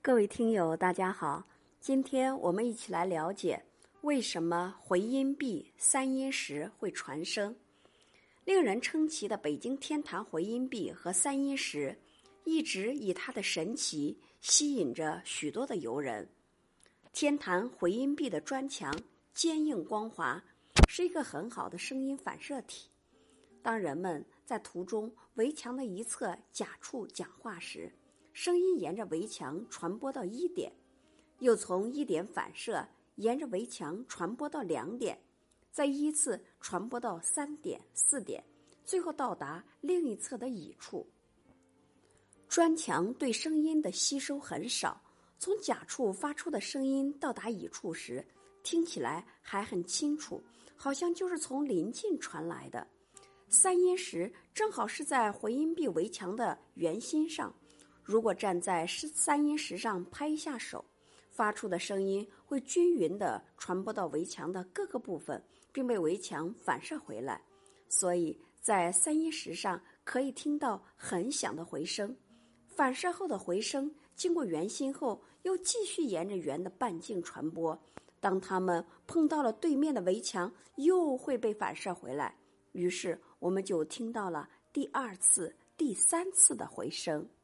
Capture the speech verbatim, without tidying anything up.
各位听友大家好，今天我们一起来了解为什么回音壁三音时会传声。令人称奇的北京天坛回音壁和三音石一直以它的神奇吸引着许多的游人。天坛回音壁的砖墙坚硬光滑，是一个很好的声音反射体。当人们在途中围墙的一侧假处讲话时，声音沿着围墙传播到一点，又从一点反射沿着围墙传播到两点，再依次传播到三点、四点，最后到达另一侧的乙处。砖墙对声音的吸收很少，从甲处发出的声音到达乙处时，听起来还很清楚，好像就是从邻近传来的。三音时正好是在回音壁围墙的圆心上，如果站在三音石上拍一下手，发出的声音会均匀地传播到围墙的各个部分，并被围墙反射回来。所以在三音石上可以听到很响的回声，反射后的回声经过圆心后又继续沿着圆的半径传播，当它们碰到了对面的围墙又会被反射回来，于是我们就听到了第二次、第三次的回声。